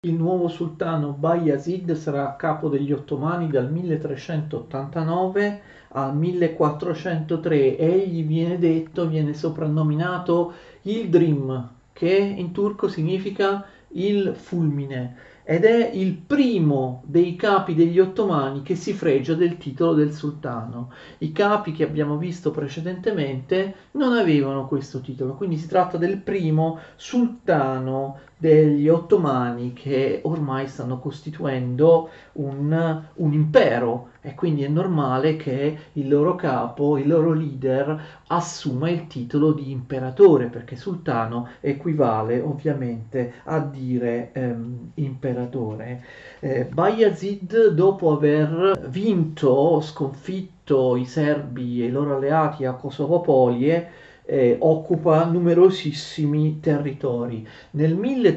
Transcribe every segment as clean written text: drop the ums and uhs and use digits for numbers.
Il nuovo sultano Bayazid sarà a capo degli Ottomani dal 1389 al 1403. Egli viene soprannominato Yıldırım, che in turco significa il fulmine, ed è il primo dei capi degli Ottomani che si fregia del titolo del sultano. I capi che abbiamo visto precedentemente non avevano questo titolo, quindi si tratta del primo sultano degli Ottomani che ormai stanno costituendo un impero, e quindi è normale che il loro capo, il loro leader, assuma il titolo di imperatore, perché sultano equivale ovviamente a dire imperatore. Bayezid, dopo aver sconfitto i serbi e i loro alleati a Kosovo-Polie, occupa numerosissimi territori. Nel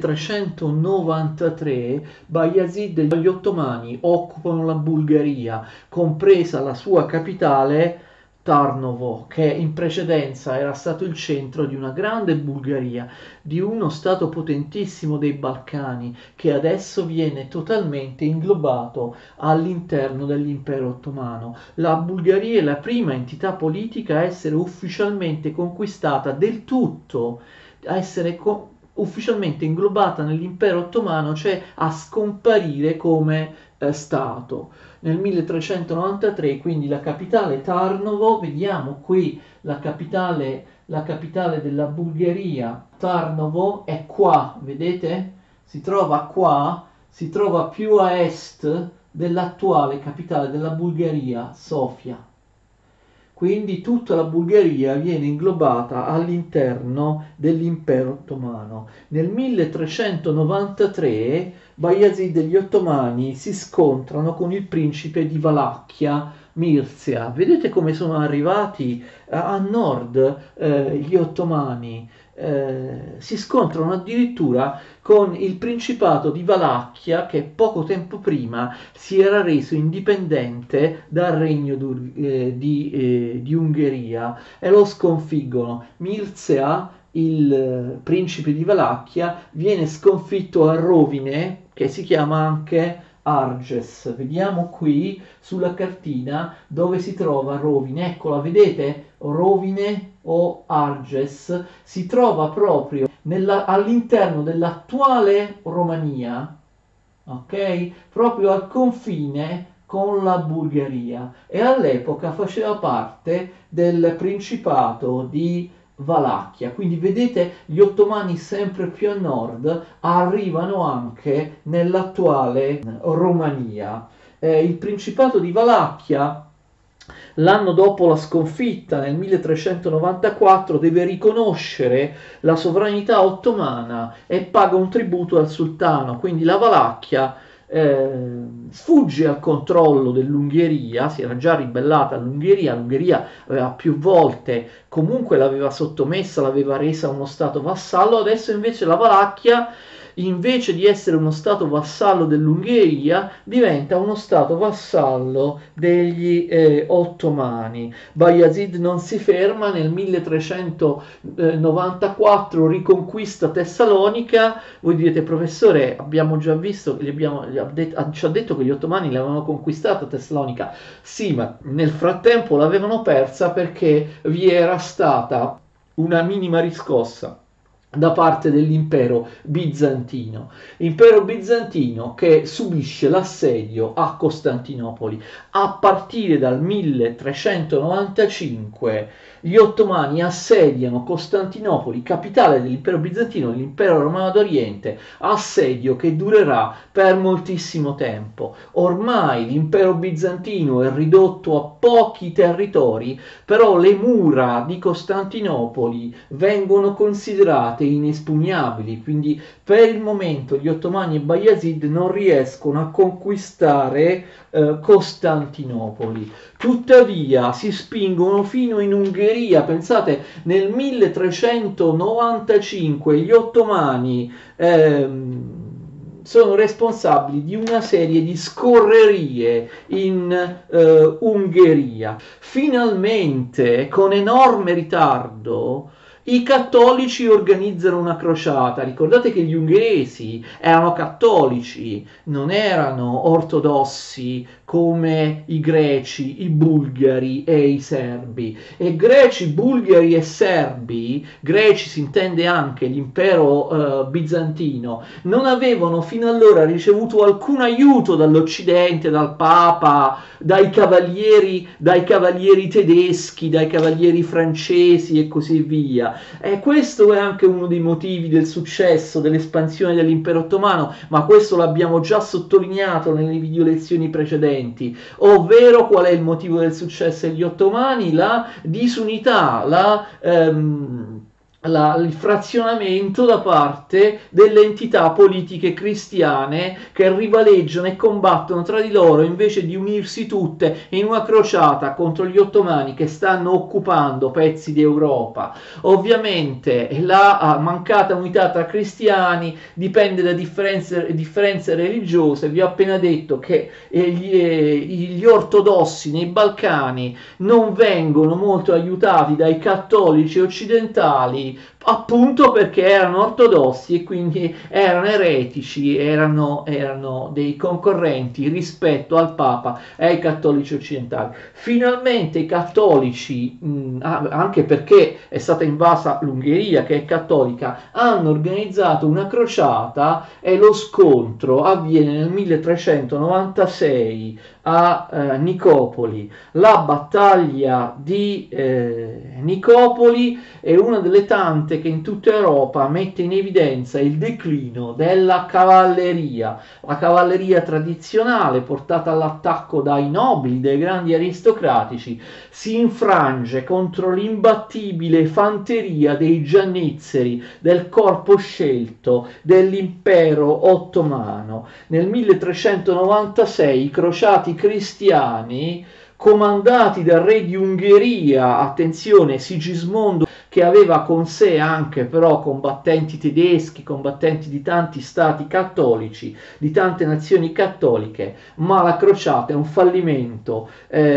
1393 Bayezid e gli Ottomani occupano la Bulgaria, compresa la sua capitale Tarnovo, che in precedenza era stato il centro di una grande Bulgaria, di uno stato potentissimo dei Balcani, che adesso viene totalmente inglobato all'interno dell'impero ottomano. La Bulgaria è la prima entità politica a essere ufficialmente conquistata del tutto, a essere ufficialmente inglobata nell'impero ottomano, cioè a scomparire come stato. Nel 1393, quindi la capitale Tarnovo, vediamo qui la capitale della Bulgaria, Tarnovo è qua, vedete? Si trova qua, si trova più a est dell'attuale capitale della Bulgaria, Sofia. Quindi tutta la Bulgaria viene inglobata all'interno dell'impero ottomano. Nel 1393 Bayezid e gli ottomani si scontrano con il principe di Valacchia, Mirzia. Vedete come sono arrivati a nord gli ottomani? Si scontrano addirittura con il principato di Valacchia, che poco tempo prima si era reso indipendente dal regno di Ungheria, e lo sconfiggono. Mirzia, il principe di Valacchia, viene sconfitto a Rovine, che si chiama anche Arges. Vediamo qui sulla cartina dove si trova Rovine. Eccola, vedete? Rovine o Arges si trova proprio all'interno dell'attuale Romania, ok? Proprio al confine con la Bulgaria, e all'epoca faceva parte del Principato di Valacchia. Quindi vedete, gli ottomani sempre più a nord arrivano anche nell'attuale Romania. Il Principato di Valacchia, l'anno dopo la sconfitta, nel 1394, deve riconoscere la sovranità ottomana e paga un tributo al sultano. Quindi la Valacchia sfugge al controllo dell'Ungheria, si era già ribellata all'Ungheria, l'Ungheria aveva più volte comunque l'aveva sottomessa, l'aveva resa uno stato vassallo. Adesso invece la Valacchia, invece di essere uno stato vassallo dell'Ungheria, diventa uno stato vassallo degli ottomani. Bayezid non si ferma, nel 1394 riconquista Tessalonica. Voi direte, professore, abbiamo già visto che ci ha detto che gli ottomani l'avevano conquistata Tessalonica. Sì, ma nel frattempo l'avevano persa perché vi era stata una minima riscossa da parte dell'impero bizantino. Impero bizantino che subisce l'assedio a Costantinopoli. A partire dal 1395 gli ottomani assediano Costantinopoli, capitale dell'impero bizantino, l'impero romano d'Oriente, assedio che durerà per moltissimo tempo. Ormai l'impero bizantino è ridotto a pochi territori, però le mura di Costantinopoli vengono considerate inespugnabili, quindi per il momento gli ottomani e Bayezid non riescono a conquistare Costantinopoli. Tuttavia si spingono fino in Ungheria. Pensate, nel 1395 gli ottomani sono responsabili di una serie di scorrerie in Ungheria. Finalmente, con enorme ritardo, I cattolici organizzano una crociata. Ricordate che gli ungheresi erano cattolici, non erano ortodossi come i greci, i bulgari e i serbi. E greci, bulgari e serbi, greci si intende anche l'impero bizantino, non avevano fino allora ricevuto alcun aiuto dall'Occidente, dal Papa, dai cavalieri tedeschi, dai cavalieri francesi e così via. E questo è anche uno dei motivi del successo, dell'espansione dell'impero ottomano, ma questo l'abbiamo già sottolineato nelle video lezioni precedenti, ovvero qual è il motivo del successo degli ottomani? La disunità, il frazionamento da parte delle entità politiche cristiane che rivaleggiano e combattono tra di loro invece di unirsi tutte in una crociata contro gli ottomani che stanno occupando pezzi d'Europa. Ovviamente la mancata unità tra cristiani dipende da differenze religiose. Vi ho appena detto che gli ortodossi nei Balcani non vengono molto aiutati dai cattolici occidentali, appunto perché erano ortodossi e quindi erano eretici, erano dei concorrenti rispetto al Papa e ai cattolici occidentali. Finalmente i cattolici, anche perché è stata invasa l'Ungheria che è cattolica, hanno organizzato una crociata e lo scontro avviene nel 1396 a Nicopoli. La battaglia di Nicopoli è una delle tante che in tutta Europa mette in evidenza il declino della cavalleria, la cavalleria tradizionale portata all'attacco dai nobili, dai grandi aristocratici, si infrange contro l'imbattibile fanteria dei giannizzeri, del corpo scelto dell'impero ottomano. Nel 1396 i crociati cristiani comandati dal re di Ungheria, attenzione, Sigismondo, che aveva con sé anche però combattenti tedeschi, combattenti di tanti stati cattolici, di tante nazioni cattoliche, ma la crociata è un fallimento.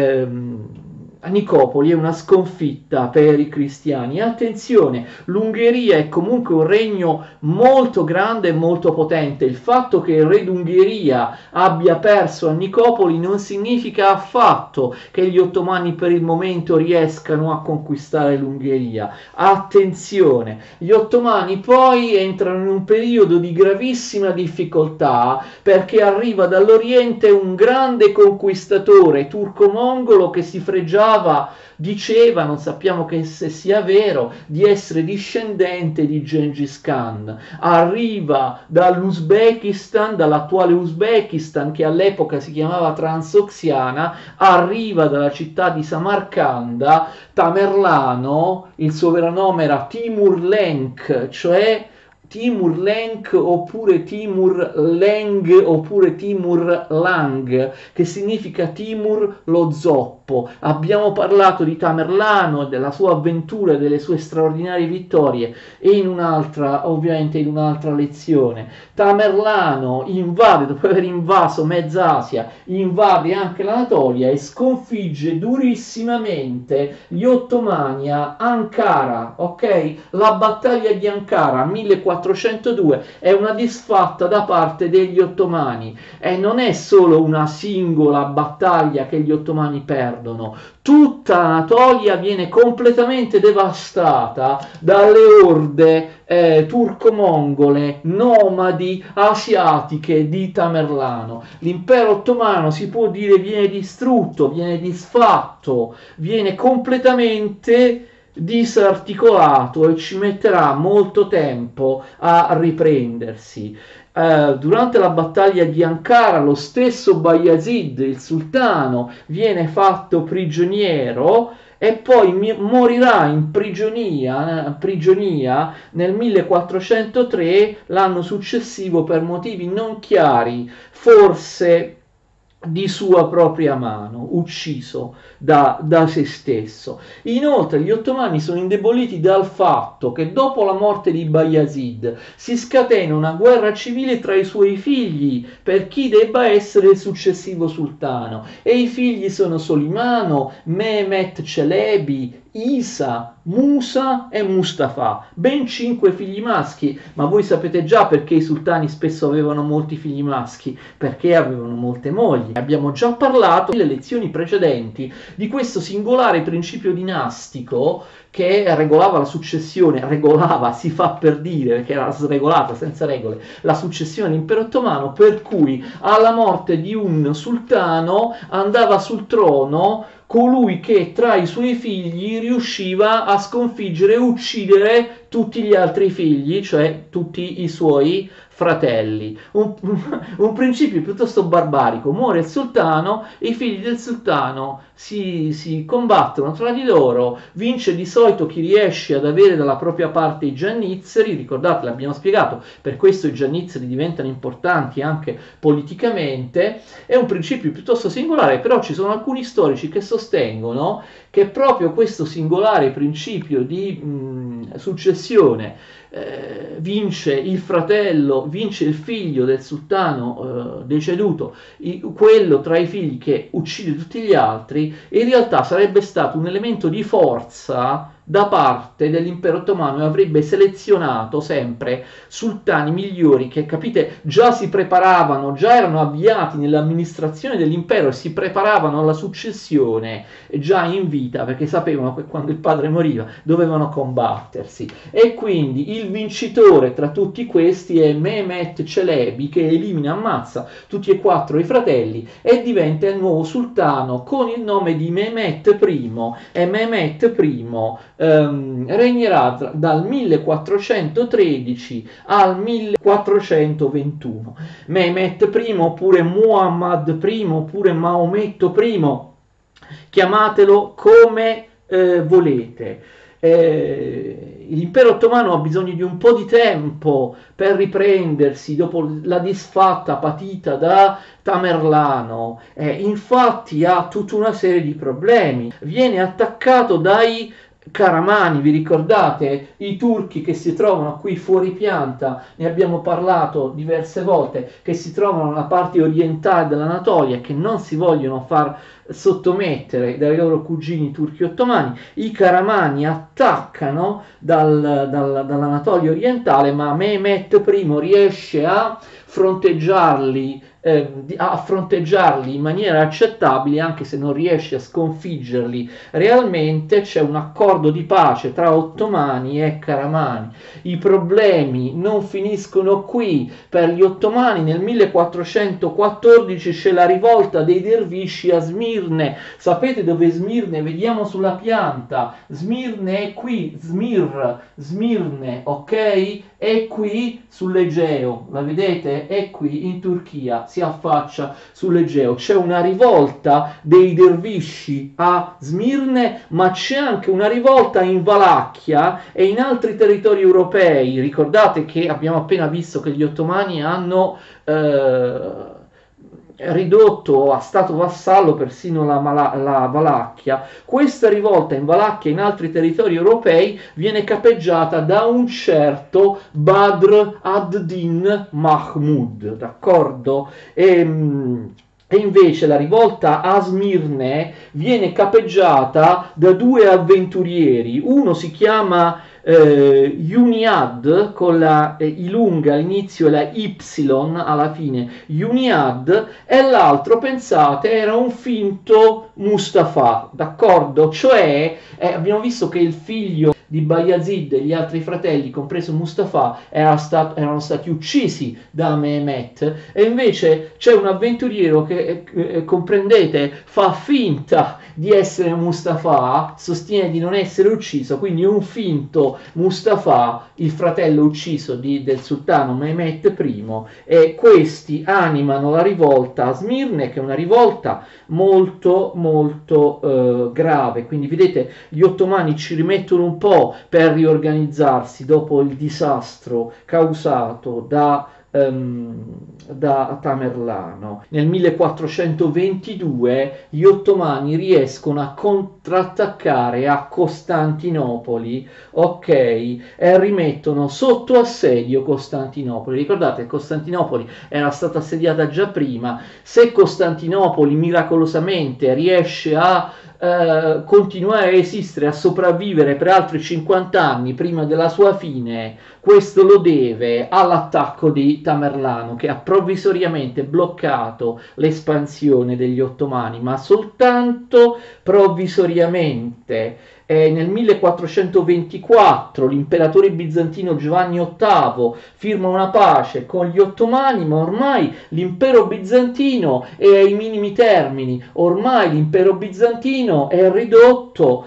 A Nicopoli è una sconfitta per i cristiani. Attenzione, l'Ungheria è comunque un regno molto grande e molto potente. Il fatto che il re d'Ungheria abbia perso a Nicopoli non significa affatto che gli ottomani per il momento riescano a conquistare l'Ungheria. Attenzione, gli ottomani poi entrano in un periodo di gravissima difficoltà perché arriva dall'Oriente un grande conquistatore turco-mongolo che si fregiava, diceva, non sappiamo che se sia vero, di essere discendente di Gengis Khan. Arriva dall'Uzbekistan, dall'attuale Uzbekistan che all'epoca si chiamava Transoxiana, arriva dalla città di Samarcanda. Tamerlano, il suo vero nome era Timur Lenk, cioè Timur Lenk oppure Timur Leng oppure Timur Lang, che significa Timur lo zoppo. Abbiamo parlato di Tamerlano, della sua avventura e delle sue straordinarie vittorie e ovviamente in un'altra lezione. Tamerlano invade, dopo aver invaso mezza Asia, invade anche l'Anatolia e sconfigge durissimamente gli ottomani a Ankara, ok? La battaglia di Ankara 1402 è una disfatta da parte degli ottomani e non è solo una singola battaglia che gli ottomani perdono. Tutta l'Anatolia viene completamente devastata dalle orde turco-mongole, nomadi asiatiche di Tamerlano. L'impero ottomano, si può dire, viene distrutto, viene disfatto, viene completamente disarticolato e ci metterà molto tempo a riprendersi. Durante la battaglia di Ankara lo stesso Bayezid, il sultano, viene fatto prigioniero e poi morirà in prigionia nel 1403, l'anno successivo, per motivi non chiari, forse di sua propria mano, ucciso da se stesso. Inoltre gli ottomani sono indeboliti dal fatto che dopo la morte di Bayezid si scatena una guerra civile tra i suoi figli per chi debba essere il successivo sultano, e i figli sono Solimano, Mehmet Celebi, Isa, Musa e Mustafa, ben 5 figli maschi, ma voi sapete già perché i sultani spesso avevano molti figli maschi, perché avevano molte mogli. Abbiamo già parlato nelle lezioni precedenti di questo singolare principio dinastico che regolava la successione, regolava, si fa per dire, perché era sregolata, senza regole, la successione all'impero ottomano, per cui alla morte di un sultano andava sul trono colui che tra i suoi figli riusciva a sconfiggere e uccidere tutti gli altri figli, cioè tutti i suoi fratelli. Un principio piuttosto barbarico. Muore il sultano e i figli del sultano si combattono tra di loro, vince di solito chi riesce ad avere dalla propria parte i giannizzeri, ricordate, l'abbiamo spiegato, per questo i giannizzeri diventano importanti anche politicamente. È un principio piuttosto singolare, però ci sono alcuni storici che sostengono che proprio questo singolare principio di successione vince il fratello, vince il figlio del sultano deceduto, quello tra i figli che uccide tutti gli altri, in realtà sarebbe stato un elemento di forza da parte dell'impero ottomano e avrebbe selezionato sempre sultani migliori che, capite, già si preparavano, già erano avviati nell'amministrazione dell'impero e si preparavano alla successione già in vita, perché sapevano che quando il padre moriva dovevano combattersi. E quindi il vincitore tra tutti questi è Mehmet Çelebi, che elimina, ammazza tutti e 4 i fratelli e diventa il nuovo sultano con il nome di Mehmet I. E Mehmet I regnerà dal 1413 al 1421. Mehmet I oppure Muhammad I oppure Maometto I, chiamatelo come volete. L'impero ottomano ha bisogno di un po' di tempo per riprendersi dopo la disfatta patita da Tamerlano, infatti ha tutta una serie di problemi, viene attaccato dai Caramani, vi ricordate? I turchi che si trovano qui fuori pianta, ne abbiamo parlato diverse volte, che si trovano nella parte orientale dell'Anatolia e che non si vogliono far sottomettere dai loro cugini turchi ottomani. I Caramani attaccano dall'Anatolia orientale, ma Mehmet I riesce a fronteggiarli in maniera accettabile, anche se non riesce a sconfiggerli realmente. C'è un accordo di pace tra ottomani e caramani. I problemi non finiscono qui. Per gli ottomani nel 1414 c'è la rivolta dei dervisci a Smirne. Sapete dove Smirne? Vediamo sulla pianta. Smirne è qui, Smirne, ok? È qui sull'Egeo, la vedete? È qui in Turchia, si affaccia sull'Egeo. C'è una rivolta dei dervisci a Smirne, ma c'è anche una rivolta in Valacchia e in altri territori europei. Ricordate che abbiamo appena visto che gli ottomani hanno ridotto a stato vassallo persino la Valacchia. Questa rivolta in Valacchia e in altri territori europei viene capeggiata da un certo Badr ad-Din Mahmud, d'accordo? E invece la rivolta a Smirne viene capeggiata da 2 avventurieri. Uno si chiama Juniad, con la I lunga all'inizio e la Y alla fine, Juniad, e l'altro, pensate, era un finto Mustafa, d'accordo? Cioè abbiamo visto che il figlio di Bayazid e gli altri fratelli, compreso Mustafa, erano stati uccisi da Mehmet, e invece c'è un avventuriero che, comprendete, fa finta di essere Mustafa, sostiene di non essere ucciso, quindi un finto Mustafa, il fratello ucciso del sultano Mehmet I, e questi animano la rivolta a Smirne, che è una rivolta molto molto grave. Quindi vedete, gli ottomani ci rimettono un po' per riorganizzarsi dopo il disastro causato da Tamerlano. Nel 1422 gli ottomani riescono a contrattaccare a Costantinopoli, ok, e rimettono sotto assedio Costantinopoli. Ricordate che Costantinopoli era stata assediata già prima. Se Costantinopoli miracolosamente riesce a continuare a esistere, a sopravvivere per altri 50 anni prima della sua fine, questo lo deve all'attacco di Tamerlano, che ha provvisoriamente bloccato l'espansione degli ottomani, ma soltanto provvisoriamente. Nel 1424 l'imperatore bizantino Giovanni VIII firma una pace con gli ottomani, ma ormai l'impero bizantino è ai minimi termini, ormai l'impero bizantino è ridotto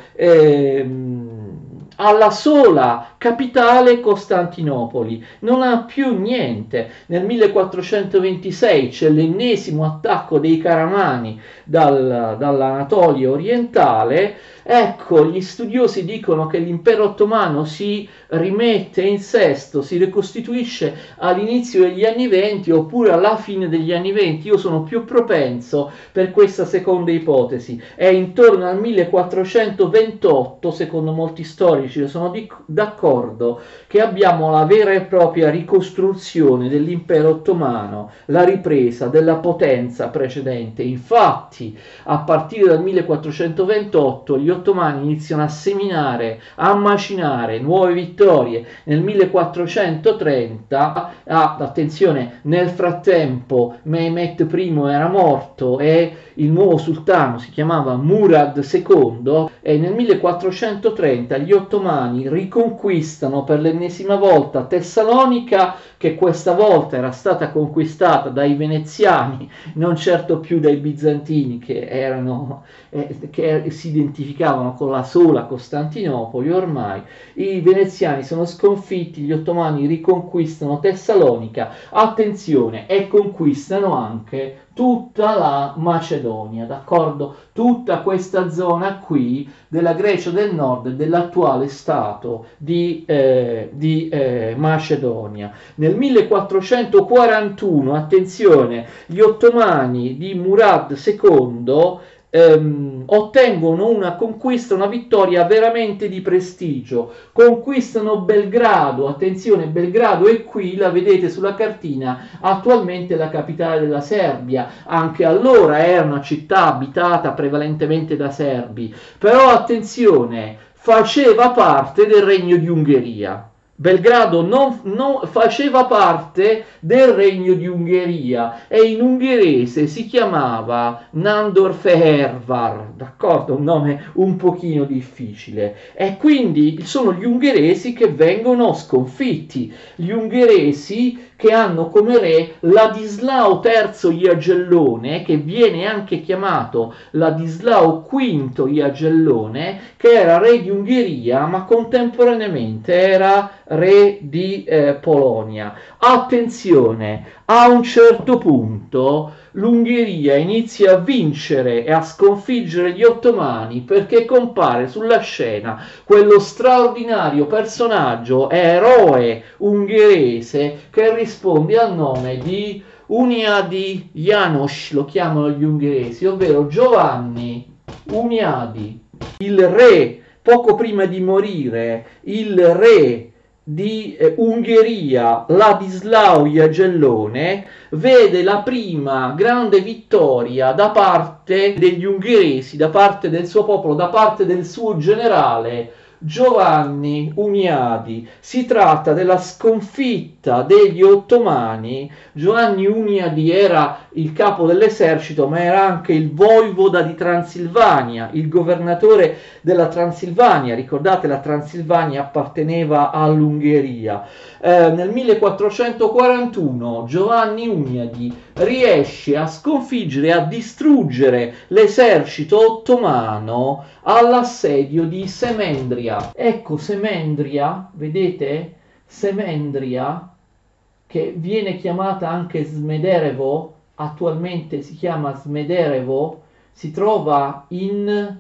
alla sola capitale Costantinopoli, non ha più niente. Nel 1426 c'è l'ennesimo attacco dei Caramani dall'Anatolia orientale. Ecco, gli studiosi dicono che l'impero ottomano si rimette in sesto, si ricostituisce all'inizio degli anni 20 oppure alla fine degli anni 20. Io sono più propenso per questa seconda ipotesi. È intorno al 1428, secondo molti storici, sono d'accordo, che abbiamo la vera e propria ricostruzione dell'impero ottomano, la ripresa della potenza precedente. Infatti, a partire dal 1428 gli ottomani iniziano a seminare, a macinare nuove vittorie. Nel 1430, attenzione, nel frattempo Mehmet I era morto e il nuovo sultano si chiamava Murad II, e nel 1430 gli ottomani riconquistano per l'ennesima volta Tessalonica, che questa volta era stata conquistata dai veneziani, non certo più dai bizantini, che si identificavano con la sola Costantinopoli. Ormai i veneziani sono sconfitti, gli ottomani riconquistano Tessalonica, attenzione, e conquistano anche tutta la Macedonia, d'accordo? Tutta questa zona qui della Grecia del Nord e dell'attuale stato di Macedonia. Nel 1441, attenzione, gli ottomani di Murad II ottengono una conquista, una vittoria veramente di prestigio. Conquistano Belgrado, attenzione, Belgrado è qui, la vedete sulla cartina, attualmente la capitale della Serbia. Anche allora era una città abitata prevalentemente da serbi, però attenzione, faceva parte del Regno di Ungheria. Belgrado non faceva parte del Regno di Ungheria e in ungherese si chiamava Nándorfehérvár, d'accordo? Un nome un pochino difficile. E quindi sono gli ungheresi che vengono sconfitti, gli ungheresi che hanno come re Ladislao III Jagellone, che viene anche chiamato Ladislao V Jagellone, che era re di Ungheria ma contemporaneamente era re di Polonia. Attenzione, a un certo punto l'Ungheria inizia a vincere e a sconfiggere gli ottomani perché compare sulla scena quello straordinario personaggio, eroe ungherese, che risponde al nome di Uniadi János, lo chiamano gli ungheresi, ovvero Giovanni Uniadi, il re, poco prima di morire, il re di Ungheria, Ladislao Jagellone, vede la prima grande vittoria da parte degli ungheresi, da parte del suo popolo, da parte del suo generale Giovanni Uniadi. Si tratta della sconfitta degli ottomani. Giovanni Uniadi era il capo dell'esercito, ma era anche il voivoda di Transilvania, il governatore della Transilvania. Ricordate, la Transilvania apparteneva all'Ungheria. Nel 1441 Giovanni Uniadi riesce a sconfiggere, a distruggere l'esercito ottomano all'assedio di Semendria. Ecco Semendria, vedete? Semendria, che viene chiamata anche Smederevo, attualmente si chiama Smederevo, si trova in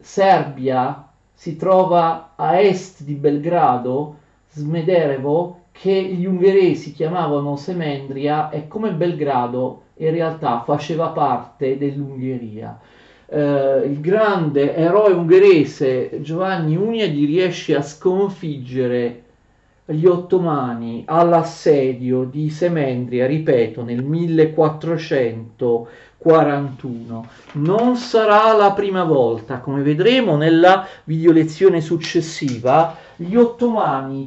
Serbia, si trova a est di Belgrado. Smederevo che gli ungheresi chiamavano Semendria e come Belgrado in realtà faceva parte dell'Ungheria. Il grande eroe ungherese Giovanni Hunyadi riesce a sconfiggere gli ottomani all'assedio di Semendria, ripeto, nel 1441. Non sarà la prima volta, come vedremo nella video lezione successiva, gli ottomani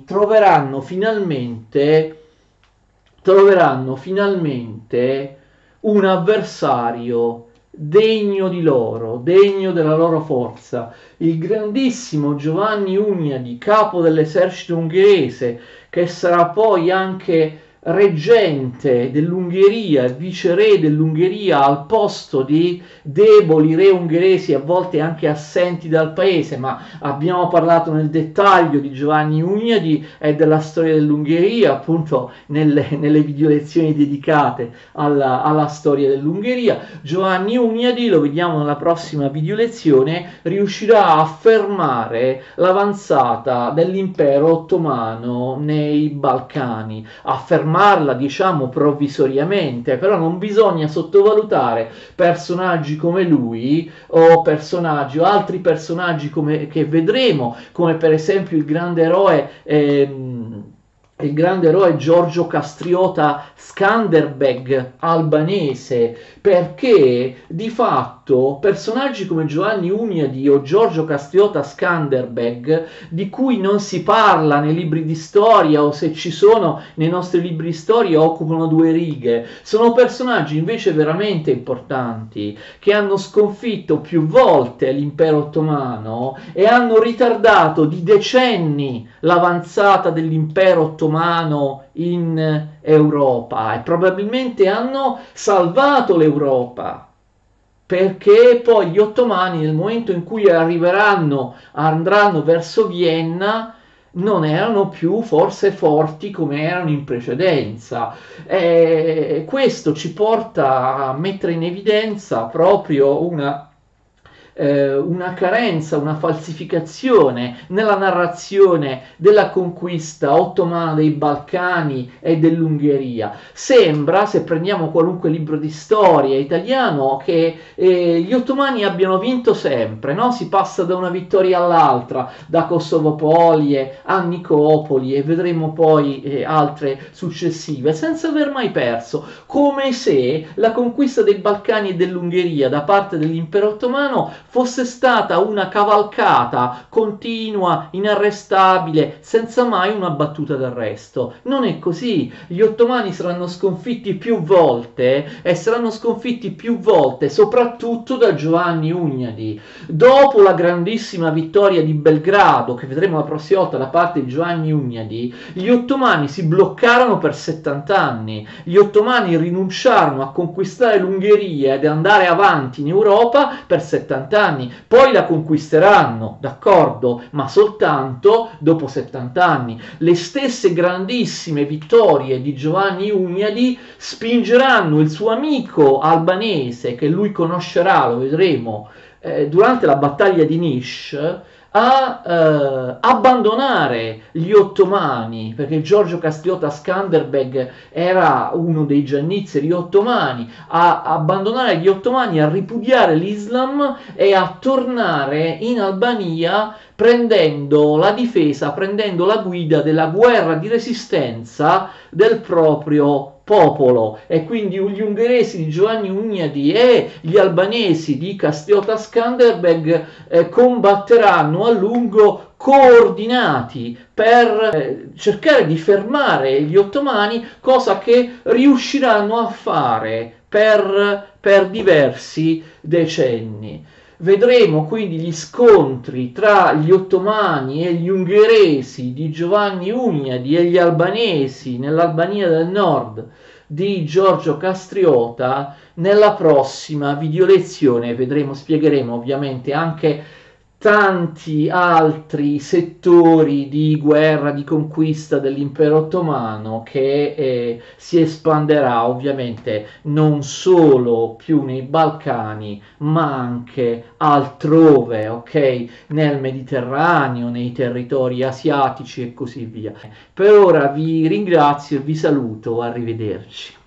troveranno finalmente un avversario degno di loro, degno della loro forza. Il grandissimo Giovanni Hunyadi, capo dell'esercito ungherese, che sarà poi anche reggente dell'Ungheria, viceré dell'Ungheria al posto di deboli re ungheresi a volte anche assenti dal paese, ma abbiamo parlato nel dettaglio di Giovanni Hunyadi e della storia dell'Ungheria appunto nelle video lezioni dedicate alla storia dell'Ungheria. Giovanni Hunyadi, lo vediamo nella prossima video lezione, riuscirà a fermare l'avanzata dell'impero ottomano nei Balcani, a fermarla diciamo provvisoriamente, però non bisogna sottovalutare personaggi come lui o altri personaggi che vedremo, come per esempio il grande eroe Giorgio Castriota Skanderbeg, albanese, perché di fatto personaggi come Giovanni Hunyadi o Giorgio Castriota Skanderbeg, di cui non si parla nei libri di storia o se ci sono nei nostri libri di storia occupano 2 righe, sono personaggi invece veramente importanti che hanno sconfitto più volte l'impero ottomano e hanno ritardato di decenni l'avanzata dell'impero ottomano in Europa e probabilmente hanno salvato l'Europa, perché poi gli ottomani nel momento in cui andranno verso Vienna non erano più forse forti come erano in precedenza. Questo ci porta a mettere in evidenza proprio una carenza, una falsificazione nella narrazione della conquista ottomana dei Balcani e dell'Ungheria. Sembra, se prendiamo qualunque libro di storia italiano, che gli ottomani abbiano vinto sempre, no? Si passa da una vittoria all'altra, da Kosovo-Polie a Nicopoli e vedremo poi altre successive, senza aver mai perso, come se la conquista dei Balcani e dell'Ungheria da parte dell'impero ottomano fosse stata una cavalcata continua, inarrestabile, senza mai una battuta d'arresto. Non è così. Gli ottomani saranno sconfitti più volte e saranno sconfitti più volte soprattutto da Giovanni Hunyadi. Dopo la grandissima vittoria di Belgrado, che vedremo la prossima volta da parte di Giovanni Hunyadi, gli ottomani si bloccarono per 70 anni. Gli ottomani rinunciarono a conquistare l'Ungheria ed andare avanti in Europa per 70 anni, poi la conquisteranno, d'accordo, ma soltanto dopo 70 anni. Le stesse grandissime vittorie di Giovanni Hunyadi spingeranno il suo amico albanese, che lui conoscerà, lo vedremo, durante la battaglia di Niš, a abbandonare gli ottomani, perché Giorgio Castriota Skanderbeg era uno dei giannizzeri ottomani, a abbandonare gli ottomani, a ripudiare l'Islam e a tornare in Albania prendendo la difesa, prendendo la guida della guerra di resistenza del proprio popolo. E quindi gli ungheresi di Giovanni Hunyadi e gli albanesi di Castriota Skanderbeg combatteranno a lungo coordinati per cercare di fermare gli ottomani, cosa che riusciranno a fare per diversi decenni. Vedremo quindi gli scontri tra gli ottomani e gli ungheresi di Giovanni Hunyadi e gli albanesi nell'Albania del Nord di Giorgio Castriota nella prossima video lezione. Spiegheremo ovviamente anche tanti altri settori di guerra, di conquista dell'impero ottomano che si espanderà ovviamente non solo più nei Balcani, ma anche altrove, ok? Nel Mediterraneo, nei territori asiatici e così via. Per ora vi ringrazio e vi saluto, arrivederci.